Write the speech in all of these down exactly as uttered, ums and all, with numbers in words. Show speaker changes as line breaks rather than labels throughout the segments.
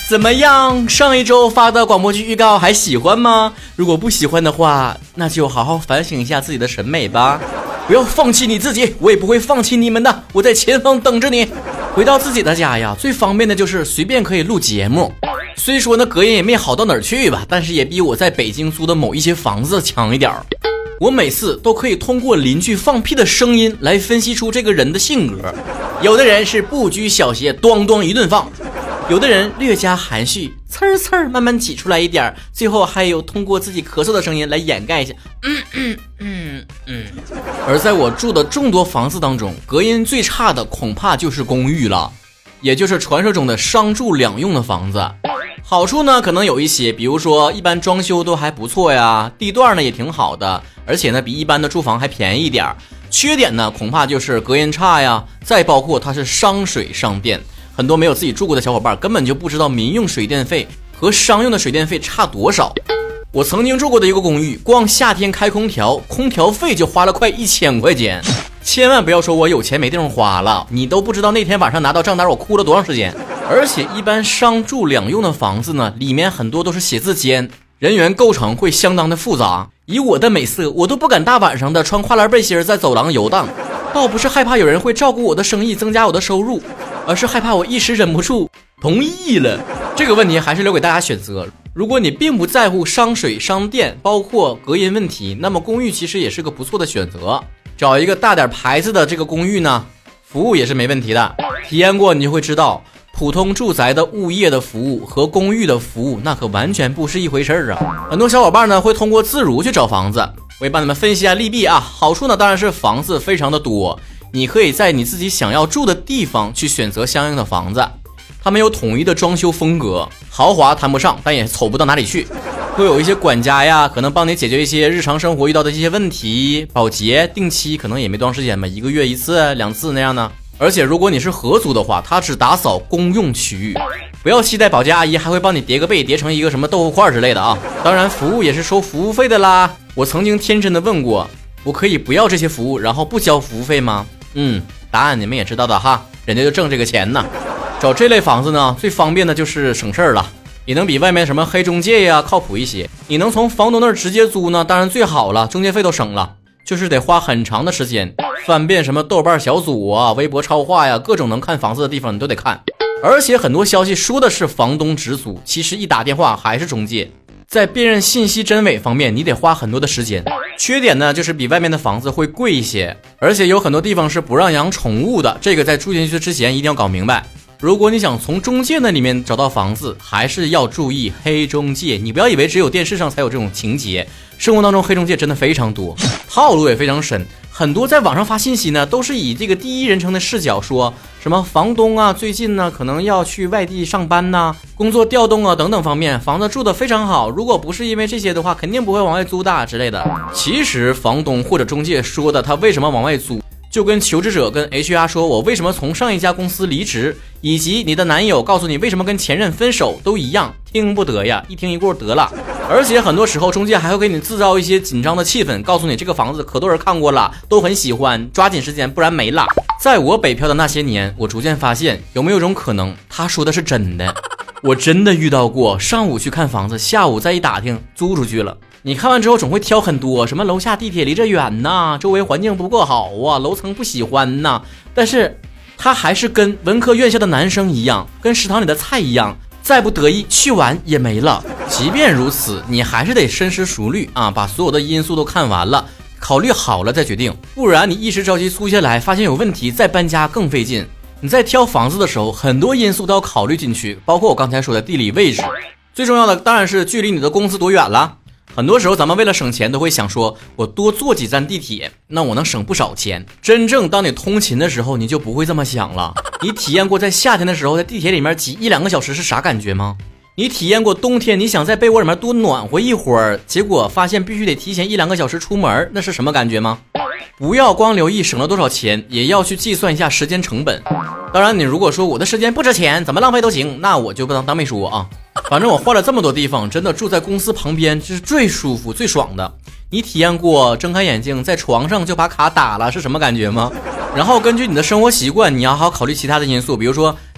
怎么样？上一周发的广播剧预告还喜欢吗？如果不喜欢的话，那就好好反省一下自己的审美吧。不要放弃你自己，我也不会放弃你们的，我在前方等着你。回到自己的家呀，最方便的就是随便可以录节目。虽说呢隔音也没好到哪儿去吧，但是也比我在北京租的某一些房子强一点儿。我每次都可以通过邻居放屁的声音来分析出这个人的性格。有的人是不拘小节，咣咣一顿放，有的人略加含蓄，呲儿呲儿慢慢挤出来一点，最后还有通过自己咳嗽的声音来掩盖一下。嗯嗯嗯嗯。而在我住的众多房子当中，隔音最差的恐怕就是公寓了，也就是传说中的商住两用的房子。好处呢可能有一些，比如说一般装修都还不错呀，地段呢也挺好的，而且呢比一般的住房还便宜一点。缺点呢恐怕就是隔音差呀，再包括它是商水商电，很多没有自己住过的小伙伴根本就不知道民用水电费和商用的水电费差多少。我曾经住过的一个公寓，光夏天开空调，空调费就花了快一千块钱。千万不要说我有钱没地方花了，你都不知道那天晚上拿到账单我哭了多长时间。而且一般商住两用的房子呢，里面很多都是写字间，人员构成会相当的复杂。以我的美色，我都不敢大晚上的穿跨栏背心在走廊游荡。倒不是害怕有人会照顾我的生意增加我的收入，而是害怕我一时忍不住同意了。这个问题还是留给大家选择。如果你并不在乎商水商电包括隔音问题，那么公寓其实也是个不错的选择。找一个大点牌子的这个公寓呢，服务也是没问题的。体验过你就会知道，普通住宅的物业的服务和公寓的服务那可完全不是一回事儿啊。很多小伙伴呢会通过自如去找房子，我也帮你们分析一下利弊啊。好处呢当然是房子非常的多，你可以在你自己想要住的地方去选择相应的房子，它们有统一的装修风格，豪华谈不上，但也丑不到哪里去。会有一些管家呀，可能帮你解决一些日常生活遇到的这些问题，保洁定期可能也没多长时间吧，一个月一次两次那样呢。而且如果你是合租的话，它只打扫公用区域，不要期待保洁阿姨还会帮你叠个被叠成一个什么豆腐块之类的啊。当然服务也是收服务费的啦。我曾经天真的问过，我可以不要这些服务然后不交服务费吗？嗯，答案你们也知道的哈，人家就挣这个钱呢。找这类房子呢最方便的就是省事儿了，也能比外面什么黑中介呀靠谱一些。你能从房东那儿直接租呢当然最好了，中介费都省了，就是得花很长的时间翻遍什么豆瓣小组啊、微博超话呀，各种能看房子的地方你都得看。而且很多消息说的是房东直租，其实一打电话还是中介。在辨认信息真伪方面你得花很多的时间。缺点呢就是比外面的房子会贵一些，而且有很多地方是不让养宠物的，这个在住进去之前一定要搞明白。如果你想从中介那里面找到房子，还是要注意黑中介。你不要以为只有电视上才有这种情节，生活当中黑中介真的非常多，套路也非常深。很多在网上发信息呢都是以这个第一人称的视角，说什么房东啊最近呢可能要去外地上班呐、工作调动啊等等方面，房子住得非常好，如果不是因为这些的话肯定不会往外租的之类的。其实房东或者中介说的他为什么往外租，就跟求职者跟 H R 说我为什么从上一家公司离职，以及你的男友告诉你为什么跟前任分手都一样，听不得呀，一听一过得了。而且很多时候中介还会给你制造一些紧张的气氛，告诉你这个房子可多人看过了，都很喜欢，抓紧时间不然没了。在我北漂的那些年，我逐渐发现有没有种可能他说的是真的。我真的遇到过上午去看房子，下午再一打听租出去了。你看完之后总会挑很多，什么楼下地铁离这远呐，周围环境不够好啊，楼层不喜欢呐，但是他还是跟文科院校的男生一样，跟食堂里的菜一样，再不得意去完也没了。即便如此，你还是得深思熟虑啊，把所有的因素都看完了，考虑好了再决定，不然你一时着急租下来发现有问题，再搬家更费劲。你在挑房子的时候很多因素都要考虑进去，包括我刚才说的地理位置，最重要的当然是距离你的公司多远了。很多时候咱们为了省钱都会想说我多坐几站地铁，那我能省不少钱。真正当你通勤的时候你就不会这么想了。你体验过在夏天的时候在地铁里面挤一两个小时是啥感觉吗？你体验过冬天你想在被窝里面多暖和一会儿，结果发现必须得提前一两个小时出门，那是什么感觉吗？不要光留意省了多少钱，也要去计算一下时间成本。当然你如果说我的时间不值钱怎么浪费都行，那我就不当当没说啊。反正我换了这么多地方，真的住在公司旁边这是最舒服最爽的。你体验过睁开眼睛在床上就把卡打了是什么感觉吗？然后根据你的生活习惯你要好好考虑其他的因素，比如说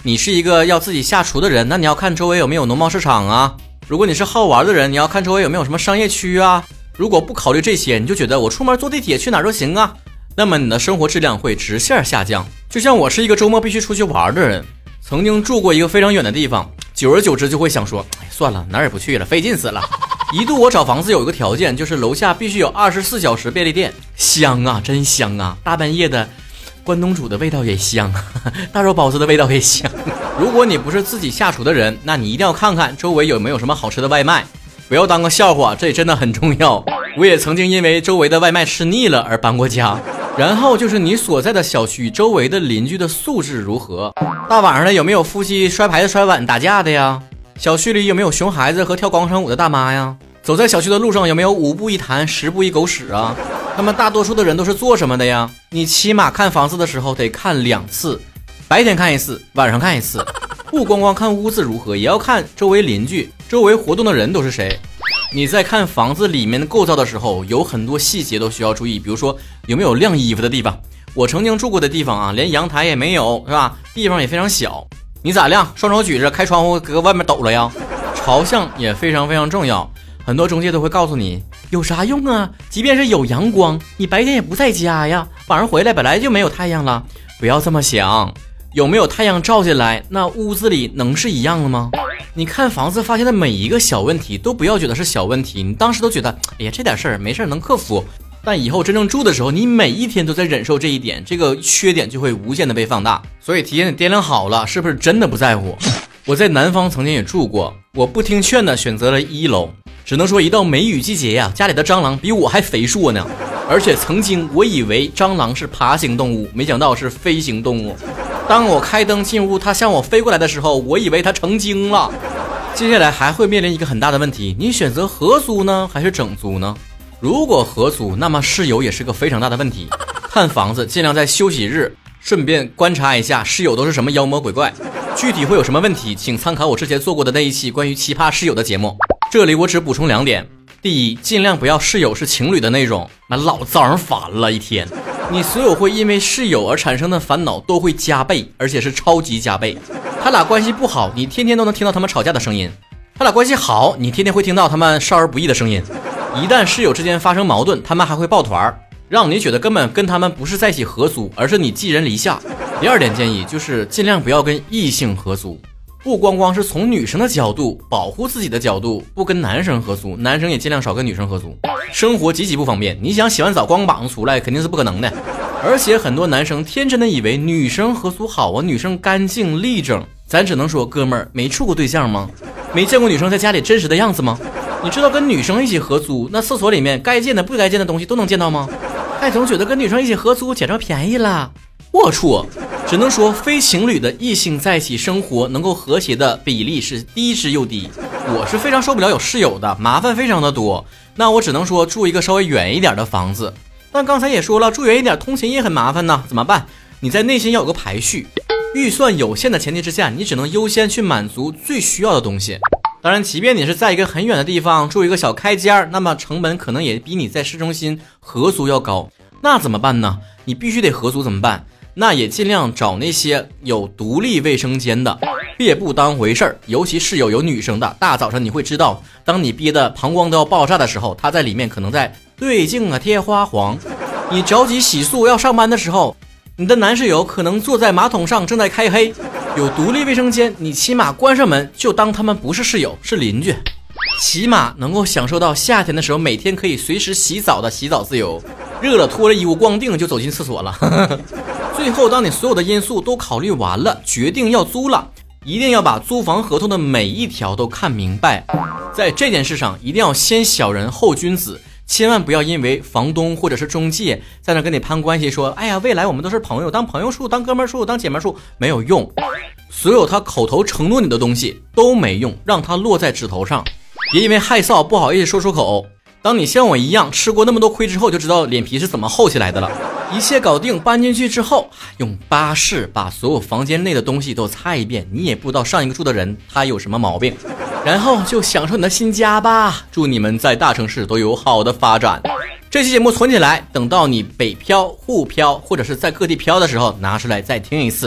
你是一个要自己下厨的人，那你要看周围有没有农贸市场啊。如果你是好玩的人，你要看周围有没有什么商业区啊。如果不考虑这些，你就觉得我出门坐地铁去哪儿都行啊，那么你的生活质量会直线下降。就像我是一个周末必须出去玩的人，曾经住过一个非常远的地方，久而久之就会想说，哎，算了，哪儿也不去了，费劲死了。一度我找房子有一个条件，就是楼下必须有二十四小时便利店，香啊，真香啊！大半夜的，关东煮的味道也香，大肉包子的味道也香。如果你不是自己下厨的人，那你一定要看看周围有没有什么好吃的外卖，不要当个笑话，这真的很重要。我也曾经因为周围的外卖吃腻了而搬过家。然后就是你所在的小区周围的邻居的素质如何，大晚上的有没有夫妻摔牌子摔碗打架的呀？小区里有没有熊孩子和跳广场舞的大妈呀？走在小区的路上有没有五步一痰十步一狗屎啊？他们大多数的人都是做什么的呀？你起码看房子的时候得看两次，白天看一次，晚上看一次，不光光看屋子如何，也要看周围邻居，周围活动的人都是谁。你在看房子里面的构造的时候，有很多细节都需要注意，比如说有没有晾衣服的地方。我曾经住过的地方啊，连阳台也没有，是吧？地方也非常小，你咋晾？双手举着，开窗户搁外面抖了呀？朝向也非常非常重要，很多中介都会告诉你，有啥用啊？即便是有阳光，你白天也不在家呀，晚上回来本来就没有太阳了，不要这么想。有没有太阳照进来，那屋子里能是一样的吗？你看房子发现的每一个小问题都不要觉得是小问题，你当时都觉得哎呀这点事儿没事能克服，但以后真正住的时候，你每一天都在忍受这一点，这个缺点就会无限的被放大。所以提前掂量好了，是不是真的不在乎？我在南方曾经也住过，我不听劝的选择了一楼，只能说一到梅雨季节呀，家里的蟑螂比我还肥硕呢。而且曾经我以为蟑螂是爬行动物，没想到是飞行动物。当我开灯进屋，它向我飞过来的时候，我以为它成精了。接下来还会面临一个很大的问题，你选择合租呢还是整租呢？如果合租，那么室友也是个非常大的问题。看房子尽量在休息日顺便观察一下室友都是什么妖魔鬼怪，具体会有什么问题请参考我之前做过的那一期关于奇葩室友的节目。这里我只补充两点，第一，尽量不要室友是情侣的那种，那老招人烦了一天。你所有会因为室友而产生的烦恼都会加倍，而且是超级加倍。他俩关系不好，你天天都能听到他们吵架的声音；他俩关系好，你天天会听到他们少儿不宜的声音。一旦室友之间发生矛盾，他们还会抱团，让你觉得根本跟他们不是在一起合租，而是你寄人篱下。第二点建议就是尽量不要跟异性合租，不光光是从女生的角度保护自己的角度，不跟男生合租，男生也尽量少跟女生合租。生活极其不方便，你想洗完澡光膀子出来肯定是不可能的。而且很多男生天真的以为女生合租好啊，女生干净利整。咱只能说哥们儿没处过对象吗？没见过女生在家里真实的样子吗？你知道跟女生一起合租，那厕所里面该见的不该见的东西都能见到吗？还总觉得跟女生一起合租捡着便宜了，龌龊。只能说非情侣的异性在一起生活能够和谐的比例是低之又低。我是非常受不了有室友的，麻烦非常的多，那我只能说住一个稍微远一点的房子。但刚才也说了，住远一点通勤也很麻烦呢，怎么办？你在内心要有个排序，预算有限的前提之下，你只能优先去满足最需要的东西。当然即便你是在一个很远的地方住一个小开间，那么成本可能也比你在市中心合租要高，那怎么办呢？你必须得合租怎么办？那也尽量找那些有独立卫生间的，别不当回事儿。尤其室友有女生的，大早上你会知道，当你憋得膀胱都要爆炸的时候，她在里面可能在对镜啊贴花黄。你着急洗漱要上班的时候，你的男室友可能坐在马桶上正在开黑。有独立卫生间，你起码关上门就当他们不是室友，是邻居，起码能够享受到夏天的时候每天可以随时洗澡的洗澡自由，热了脱了衣服光腚就走进厕所了。最后当你所有的因素都考虑完了，决定要租了，一定要把租房合同的每一条都看明白。在这件事上一定要先小人后君子，千万不要因为房东或者是中介在那跟你攀关系说，哎呀未来我们都是朋友，当朋友处当哥们处当姐妹处没有用。所有他口头承诺你的东西都没用，让他落在指头上。别因为害臊不好意思说出口，当你像我一样吃过那么多亏之后，就知道脸皮是怎么厚起来的了。一切搞定搬进去之后，用巴士把所有房间内的东西都擦一遍，你也不知道上一个住的人他有什么毛病，然后就享受你的新家吧。祝你们在大城市都有好的发展。这期节目存起来，等到你北漂沪漂或者是在各地漂的时候拿出来再听一次，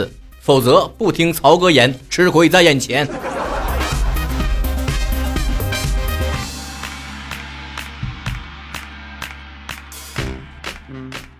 否则不听曹哥言，吃亏在眼前。嗯